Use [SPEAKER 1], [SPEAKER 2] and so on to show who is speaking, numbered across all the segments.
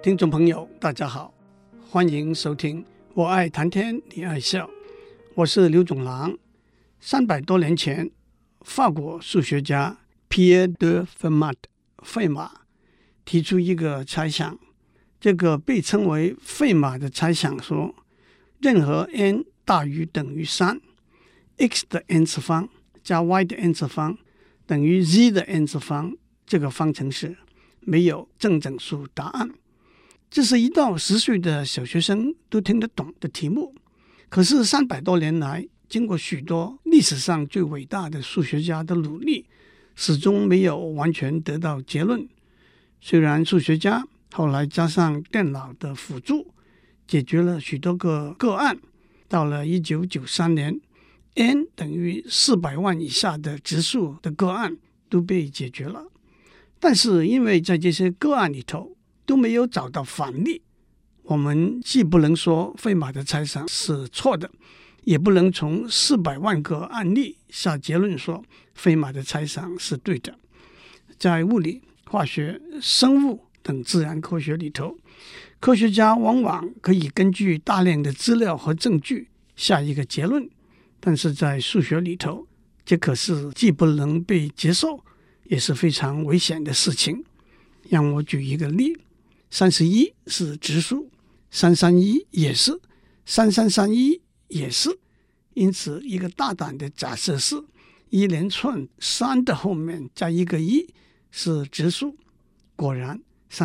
[SPEAKER 1] 听众朋友大家好，欢迎收听我爱谈天你爱笑，我是刘总郎。300多年前，法国数学家 Pierre de Fermat 费马提出一个猜想，这个被称为费马的猜想说，任何 n 大于等于3， x 的 n 次方加 y 的 n 次方等于 z 的 n 次方，这个方程式没有正整数答案。这是一道10岁的小学生都听得懂的题目，可是300多年来，经过许多历史上最伟大的数学家的努力，始终没有完全得到结论。虽然数学家后来加上电脑的辅助，解决了许多个案，到了1993年 n 等于400万以下的质数的个案都被解决了，但是因为在这些个案里头都没有找到反例，我们既不能说费马的猜想是错的，也不能从400万个案例下结论说费马的猜想是对的。在物理、化学、生物等自然科学里头，科学家往往可以根据大量的资料和证据下一个结论，但是在数学里头，这可是既不能被接受，也是非常危险的事情。让我举一个例，31是质数，331也是，3331也是。因此一个大胆的假设是，一连串3的后面加一个1是质数。果然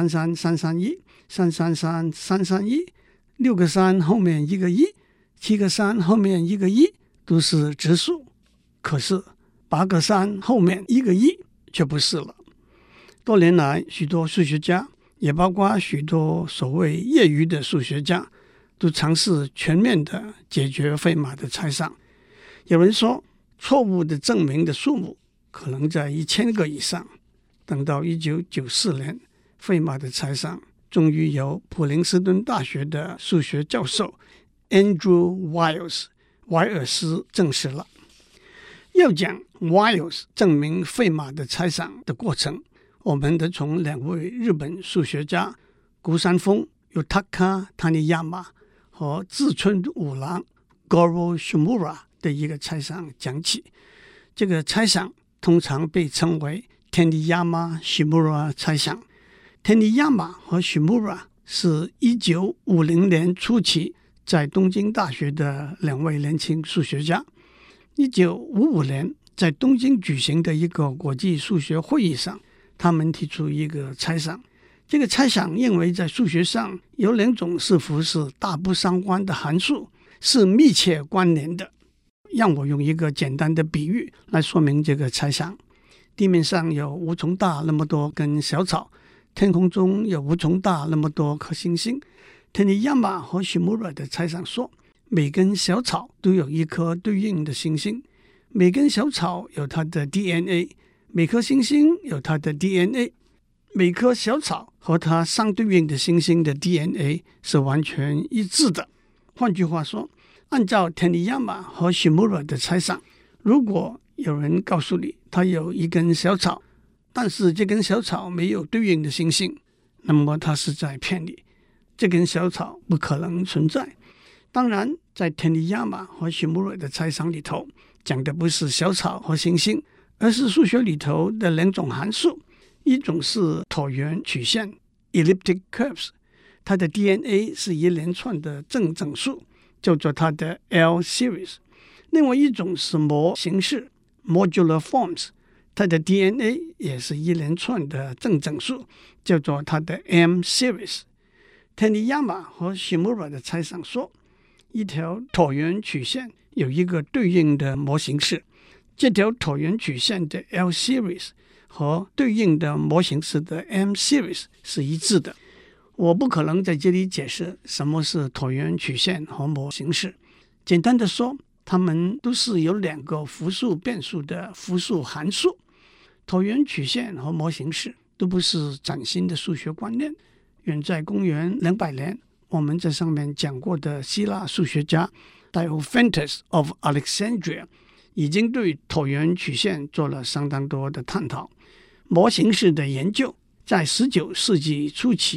[SPEAKER 1] 33331、333、331， 6个3后面一个1， 7个3后面一个1都是质数，可是8个3后面一个1却不是了。多年来，许多数学家，也包括许多所谓业余的数学家，都尝试全面的解决费马的猜想。有人说，错误的证明的数目可能在1000个以上。等到1994年，费马的猜想终于由普林斯顿大学的数学教授 Andrew Wiles 怀尔斯证实了。要讲 Wiles 证明费马的猜想的过程，我们得从2位日本数学家谷山峰 Yutaka Taniyama 和志村五郎 Goro Shimura 的一个猜想讲起。这个猜想通常被称为 Taniyama-Shimura 猜想。Taniyama 和 Shimura 是1950年初期在东京大学的2位年轻数学家。1955年在东京举行的一个国际数学会议上，他们提出一个猜想。这个猜想认为，在数学上有2种似乎是大不相关的函数是密切关联的。让我用一个简单的比喻来说明这个猜想。地面上有无穷大那么多根小草，天空中有无穷大那么多颗星星。Taniyama 和 Shimura 的猜想说，每根小草都有一颗对应的星星，每根小草有它的 DNA， 每颗星星有它的 DNA， 每颗小草和它相对应的星星的 DNA 是完全一致的。换句话说，按照 Taniyama 和 Shimura 的猜想，如果有人告诉你他有一根小草，但是这根小草没有对应的星星，那么他是在骗你，这根小草不可能存在。当然，在 Taniyama 和 Shimura 的猜想里头，讲的不是小草和星星，而是数学里头的2种函数。一种是椭圆曲线 elliptic curves， 它的 DNA 是一连串的正整数，叫做它的 L series。 另外一种是模形式 modular forms， 它的 DNA 也是一连串的正整数，叫做它的 M series。 Taniyama 和 Shimura 的猜想说，一条椭圆曲线有一个对应的模形式，这条椭圆曲线的 L series 和对应的模形式的 M series 是一致的。我不可能在这里解释什么是椭圆曲线和模形式，简单的说，它们都是由2个复数变数的复数函数。椭圆曲线和模型式都不是崭新的数学观念，远在公元200年，我们在上面讲过的希腊数学家 Diophantus of Alexandria 已经对椭圆曲线做了相当多的探讨。模型式的研究在19世纪初期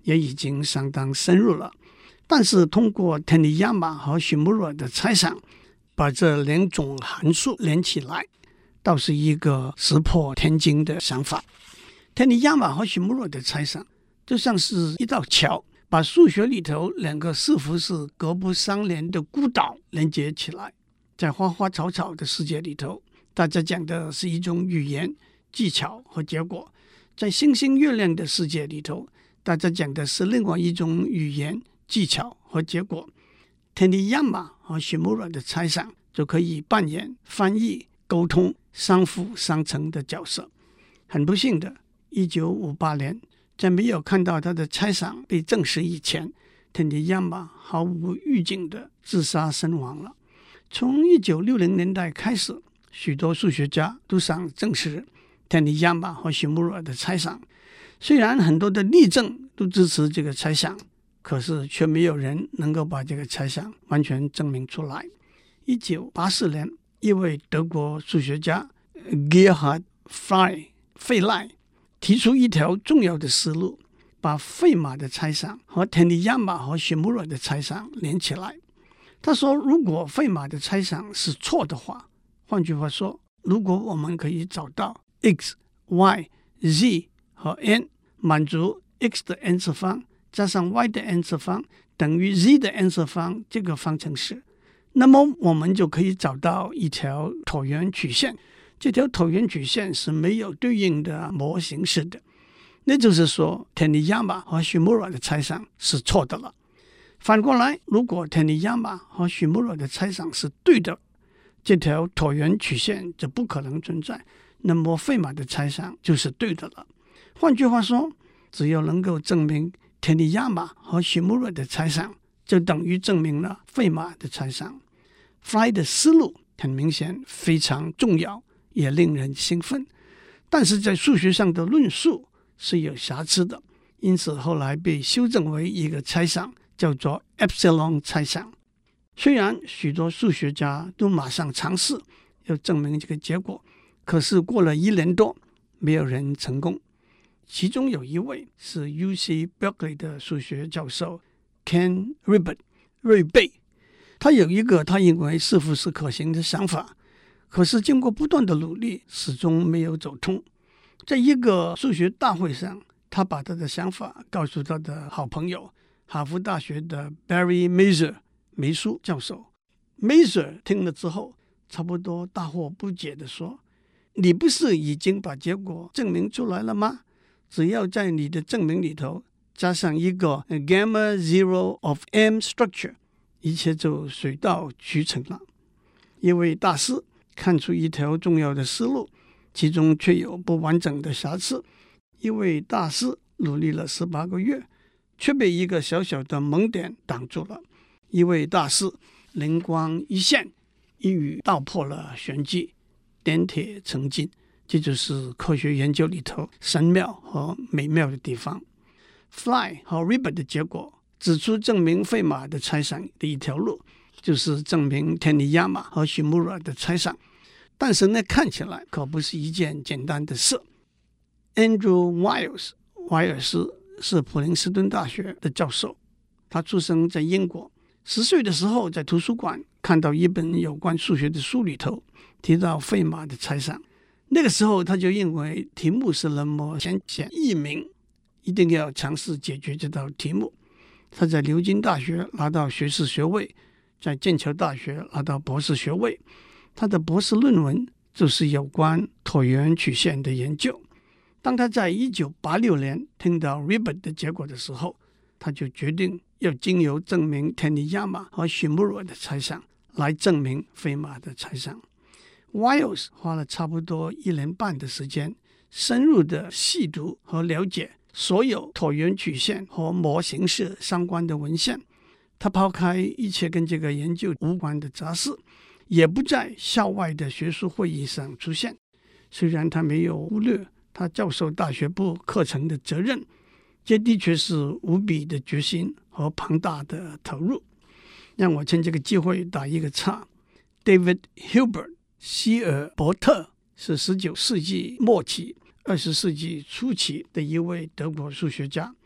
[SPEAKER 1] 也已经相当深入了。但是通过田尼亚马和许穆尔的猜想，把这两种函数连起来，倒是一个石破天惊的想法。田尼亚马和许穆尔的猜想就像是一道桥，把数学里头两个似乎是隔不相连的孤岛连接起来。在花花草草的世界里头，大家讲的是一种语言、技巧和结果；在星星月亮的世界里头，大家讲的是另外一种语言、技巧和结果。田尼亚马和许穆尔的猜想就可以扮演翻译、沟通、相辅相成的角色。很不幸的，1958年，在没有看到他的猜想被证实以前，田尼亚马毫无预警地自杀身亡了。从1960年代开始，许多数学家都想证实田尼亚马和许穆尔的猜想。虽然很多的例证都支持这个猜想，可是却没有人能够把这个猜想完全证明出来。1984年，一位德国数学家 Gerhard Frey 费赖提出一条重要的思路，把费马的猜想和田尼亚马和许穆尔的猜想连起来。他说，如果费马的猜想是错的话，换句话说，如果我们可以找到 x、y、z 和 n 满足 x 的 n 次方加上 y 的 n 次方等于 z 的 n 次方这个方程式，那么我们就可以找到一条椭圆曲线。这条椭圆曲线是没有对应的模型式的，那就是说田尼亚马和许穆尔的猜想是错的了。反过来，如果田尼亚马和许穆尔的猜想是对的，这条椭圆曲线就不可能存在，那么费马的猜想就是对的了。换句话说，只要能够证明田尼亚马和许穆尔的猜想，就等于证明了费马的猜想。Frey的思路很明显非常重要，也令人兴奋，但是在数学上的论述是有瑕疵的，因此后来被修正为一个猜想，叫做 Epsilon 猜想。虽然许多数学家都马上尝试要证明这个结果，可是过了1年多，没有人成功。其中有一位是 UC Berkeley 的数学教授 Ken Ribet 瑞贝，他有一个他认为似乎是可行的想法，可是经过不断的努力，始终没有走通。在一个数学大会上，他把他的想法告诉他的好朋友哈佛大学的 Barry Mazur 梅苏教授。Mazur 听了之后，差不多大惑不解地说，你不是已经把结果证明出来了吗？只要在你的证明里头加上一个 gamma zero of m structure， 一切就水到渠成了。一位大师看出一条重要的思路，其中却有不完整的瑕疵。一位大师努力了18个月，却被一个小小的盲点挡住了。一位大师灵光一现，一语道破了玄机，点铁成金。这就是科学研究里头神妙和美妙的地方。Frey 和 Ribet 的结果指出，证明费马的猜想的一条路，就是证明田尼亚马和许穆尔的猜想。但是那看起来可不是一件简单的事。Andrew Wiles 怀尔斯是普林斯顿大学的教授，他出生在英国。10岁的时候，在图书馆看到一本有关数学的书，里头提到费马的猜想。那个时候他就认为题目是那么浅显易明，一定要尝试解决这道题目。他在牛津大学拿到学士学位，在剑桥大学拿到博士学位。他的博士论文就是有关椭圆曲线的研究。当他在1986年听到 Ribet 的结果的时候，他就决定要经由证明田尼亚马和许穆尔的猜想来证明费马的猜想。Wiles 花了差不多1年半的时间，深入的细读和了解所有椭圆曲线和模型式相关的文献。他抛开一切跟这个研究无关的杂事，也不在校外的学术会议上出现。虽然他没有忽略他教授大学部课程的责任，这的确是无比的决心和庞大的投入。让我趁这个机会打一个岔。 David Hilbert 希尔伯特是19世纪末期20世纪初期的一位德国数学家。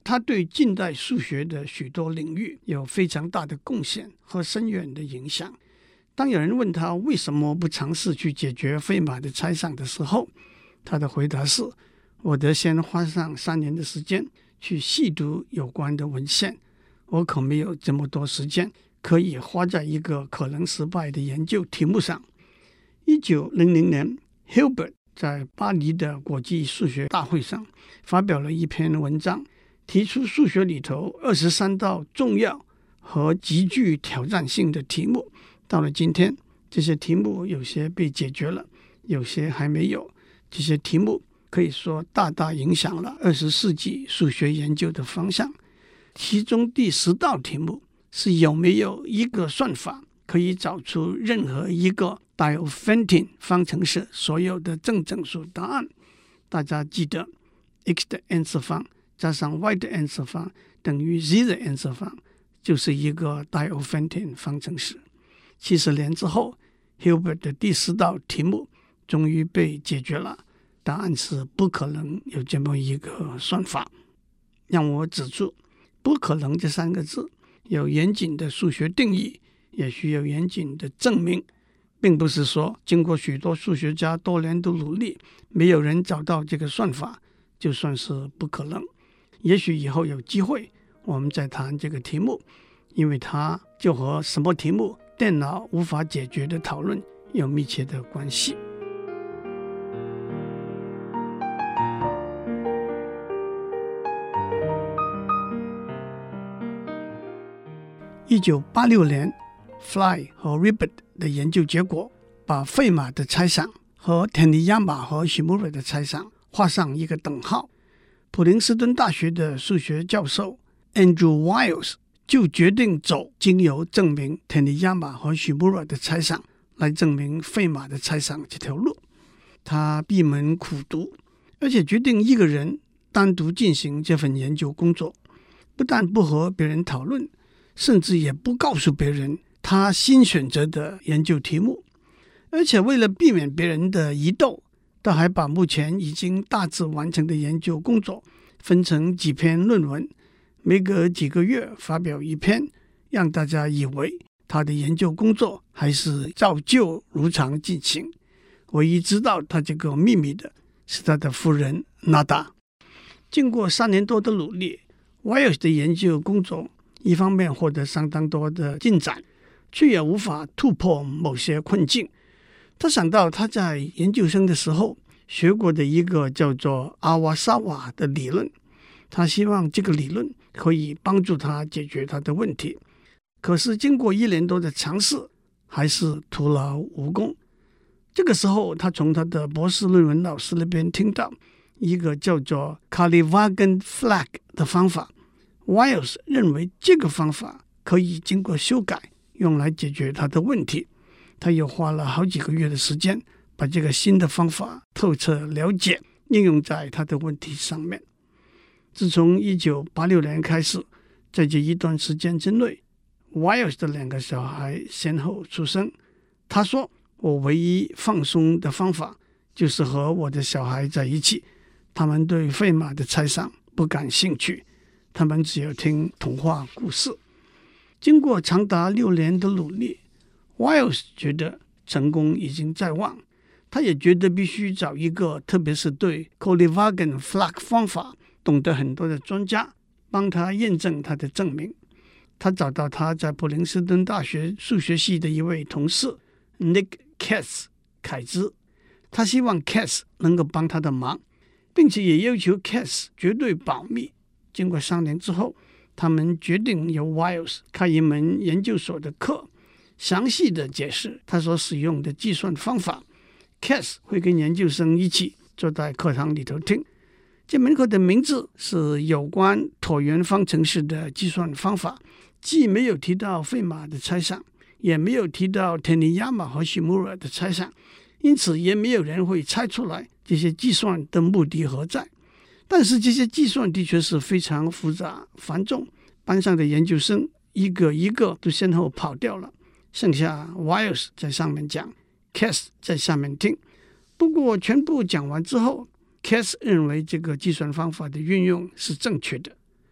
[SPEAKER 1] 他对近代数学的许多领域有非常大的贡献和深远的影响。当有人问他为什么不尝试去解决费马的猜想的时候，他的回答是：我得先花上3年的时间去细读有关的文献，我可没有这么多时间可以花在一个可能失败的研究题目上。1900年 Hilbert 在巴黎的国际数学大会上发表了一篇文章，提出数学里头23道重要和极具挑战性的题目。到了今天，这些题目有些被解决了，有些还没有。这些题目可以说大大影响了20世纪数学研究的方向。其中第10道题目是有没有一个算法可以找出任何一个Diophantine 方程式所有的正整数答案。大家记得 x 的 n 次方加上 y 的 n 次方等于 z 的 n 次方，就是一个 Diophantine 方程式。70年之后， Hilbert 的第10道题目终于被解决了，答案是不可能有这么一个算法。让我指出，不可能这3个字有严谨的数学定义，也需要严谨的证明，并不是说经过许多数学家多年的努力，没有人找到这个算法就算是不可能。也许以后有机会我们再谈这个题目，因为它就和什么题目电脑无法解决的讨论有密切的关系。1986年 Fly 和 Ribet 的研究结果把费马的猜想和田尼亚马和许穆瑞的猜想画上一个等号。普林斯顿大学的数学教授 Andrew Wiles 就决定走经由证明田尼亚马和许穆瑞的猜想来证明费马的猜想这条路。他闭门苦读，而且决定一个人单独进行这份研究工作，不但不和别人讨论，甚至也不告诉别人他新选择的研究题目。而且为了避免别人的疑窦，他还把目前已经大致完成的研究工作分成几篇论文，每隔几个月发表一篇，让大家以为他的研究工作还是照旧如常进行。唯一知道他这个秘密的是他的夫人娜达。经过3年多的努力， Wiles 的研究工作一方面获得相当多的进展，却也无法突破某些困境。他想到他在研究生的时候学过的一个叫做阿瓦萨瓦的理论，他希望这个理论可以帮助他解决他的问题。可是经过1年多的尝试，还是徒劳无功。这个时候，他从他的博士论文老师那边听到一个叫做 Cayley-Wagner flag 的方法。Wiles 认为这个方法可以经过修改，用来解决他的问题。他又花了好几个月的时间，把这个新的方法透彻了解，应用在他的问题上面。自从1986年开始，在这一段时间之内， Wiles 的2个小孩先后出生。他说，我唯一放松的方法就是和我的小孩在一起，他们对费马的猜想不感兴趣，他们只有听童话故事。经过长达6年的努力， Wiles 觉得成功已经在望。他也觉得必须找一个特别是对 Cayley-Wagner flag 方法懂得很多的专家，帮他验证他的证明。他找到他在普林斯顿大学数学系的一位同事 Nick Katz 凯兹，他希望 Katz 能够帮他的忙，并且也要求 Katz 绝对保密。经过商量之后，他们决定由 Wiles 开一门研究所的课，详细的解释他所使用的计算方法。Katz 会跟研究生一起坐在课堂里头听。这门课的名字是有关椭圆方程式的计算方法，既没有提到费马的猜想，也没有提到田尼亚马和许穆瑞的猜想，因此也没有人会猜出来这些计算的目的何在。但是这些计算的确是非常复杂繁重，班上的研究生一个一个都先后跑掉了，剩下 Wiles 在上面讲， Katz 在下面听。不过全部讲完之后， Katz 认为这个计算方法的运用是正确的。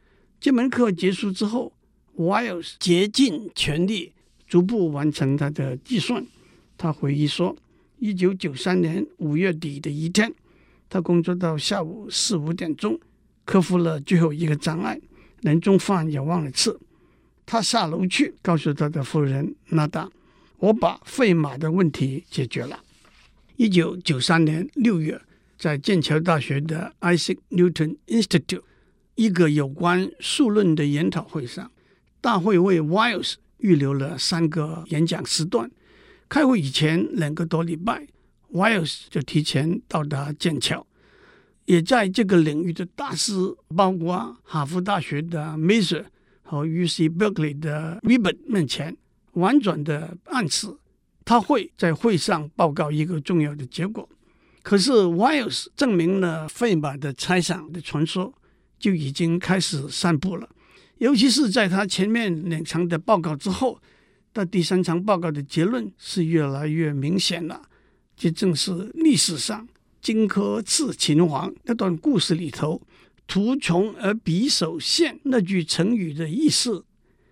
[SPEAKER 1] 这门课结束之后， Wiles 竭尽全力逐步完成他的计算。他回忆说，1993年5月底的一天，他工作到下午4、5点钟，克服了最后一个障碍，连中饭也忘了吃。他下楼去告诉他的夫人娜达，我把费马的问题解决了。1993年6月，在剑桥大学的 Isaac Newton Institute 一个有关数论的研讨会上，大会为 Wiles 预留了3个演讲时段。开会以前2个多礼拜， Wiles 就提前到达剑桥。也在这个领域的大师，包括哈佛大学的 Mazur 和 UC Berkeley 的 Ribot 面前，婉转的暗示他会在会上报告一个重要的结果。可是 Wiles 证明了费马的猜想的传说就已经开始散布了，尤其是在他前面2场的报告之后，到第3场报告的结论是越来越明显了。这正是历史上荆轲刺秦王那段故事里头图穷而匕首现那句成语的意思。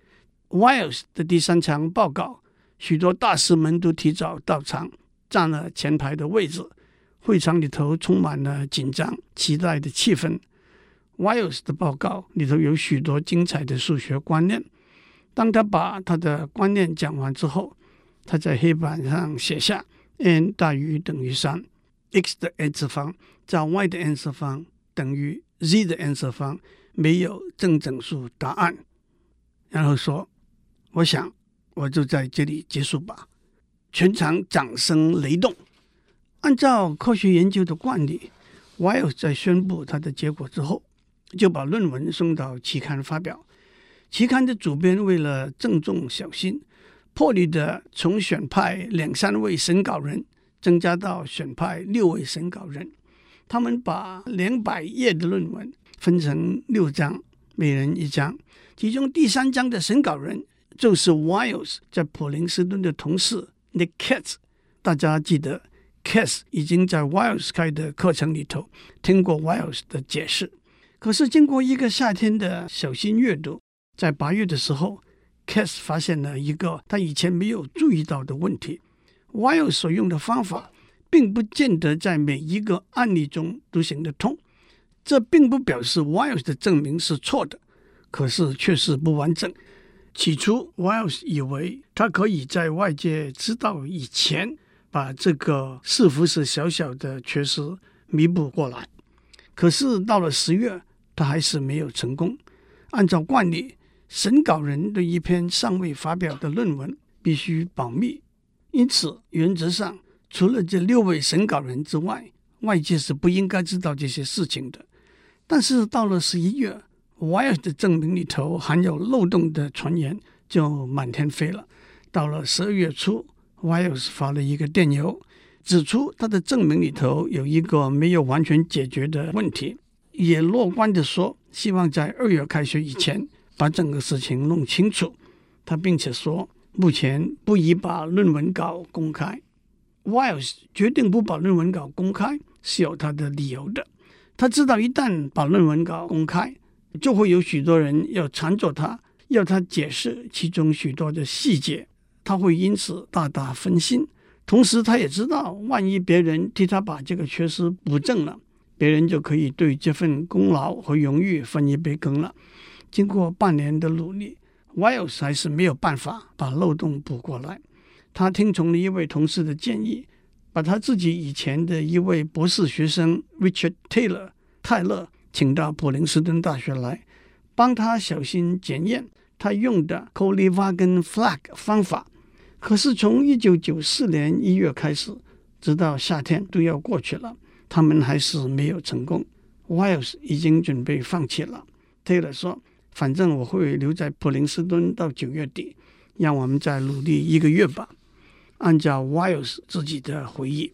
[SPEAKER 1] Wiles 的第3场报告，许多大师们都提早到场，占了前排的位置，会场里头充满了紧张期待的气氛。 Wiles 的报告里头有许多精彩的数学观念。当他把他的观念讲完之后，他在黑板上写下 n 大于等于3， x 的 n 次方加 y 的 n 次方等于 z 的 n 次方，没有正整数答案。然后说，我想我就在这里结束吧。全场掌声雷动。按照科学研究的惯例， Wiles 在宣布他的结果之后，就把论文送到期刊发表。期刊的主编为了郑重小心，破例的从选派2、3位审稿人增加到选派6位审稿人。他们把200页的论文分成6章，每人1章。其中第3章的审稿人就是 Wiles 在普林斯顿的同事 Nick Katz。 大家记得 Katz 已经在 Wiles 开的课程里头听过 Wiles 的解释。可是经过一个夏天的小心阅读，在8月的时候， Katz 发现了一个他以前没有注意到的问题。 Wiles 所用的方法并不见得在每一个案例中都行得通。这并不表示 Wiles 的证明是错的，可是确实不完整。起初 Wiles 以为他可以在外界知道以前把这个是不是小小的缺失弥补过来，可是到了10月，他还是没有成功。按照惯例，审稿人对一篇尚未发表的论文必须保密，因此原则上除了这6位审稿人之外，外界是不应该知道这些事情的。但是到了11月， Wiles 的证明里头含有漏洞的传言就满天飞了。到了12月初， Wiles 发了一个电邮，指出他的证明里头有一个没有完全解决的问题，也乐观地说希望在2月开学以前把整个事情弄清楚。他并且说目前不宜把论文稿公开。 Wiles 决定不把论文稿公开是有他的理由的。他知道一旦把论文稿公开，就会有许多人要缠着他，要他解释其中许多的细节，他会因此大大分心。同时他也知道，万一别人替他把这个缺失补正了，别人就可以对这份功劳和荣誉分一杯羹了。经过半年的努力， Wiles 还是没有办法把漏洞补过来。他听从了一位同事的建议，把他自己以前的一位博士学生 Richard Taylor 泰勒请到普林斯顿大学来，帮他小心检验他用的 Coley-Wagen-Flach 方法。可是从1994年1月开始，直到夏天都要过去了，他们还是没有成功。 Wiles 已经准备放弃了。 Taylor 说，反正我会留在普林斯顿到9月底，让我们再努力1个月吧。按照 Wiles 自己的回忆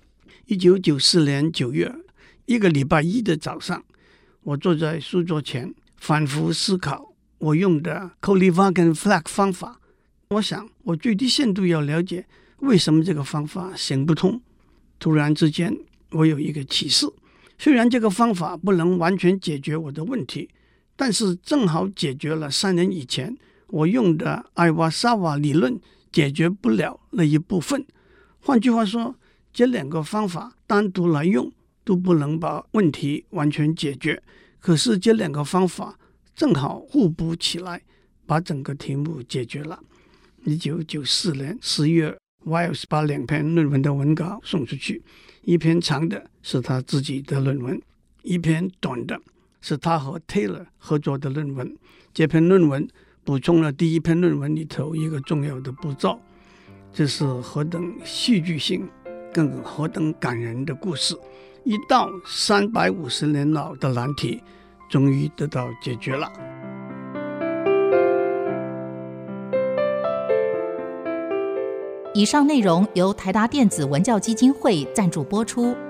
[SPEAKER 1] ，1994年9月一个礼拜一的早上，我坐在书桌前反复思考我用的 Coley-Wagen-Flach 方法。我想我最低限度要了解为什么这个方法行不通。突然之间我有一个启示，虽然这个方法不能完全解决我的问题， 但是正好解决了3年以前我用的艾瓦萨瓦理论解决不了那一部分。换句话说，这2个方法单独来用都不能把问题完全解决，可是这2个方法正好互补起来，把整个题目解决了。1994年10月 Wiles 把2篇论文的文稿送出去，一篇长的是他自己的论文，一篇短的是他和 Taylor 合作的论文。这篇论文补充了第1篇论文里头一个重要的步骤，这是何等戏剧性更何等感人的故事，一道350年老的难题终于得到解决了。
[SPEAKER 2] 以上内容由台达电子文教基金会赞助播出。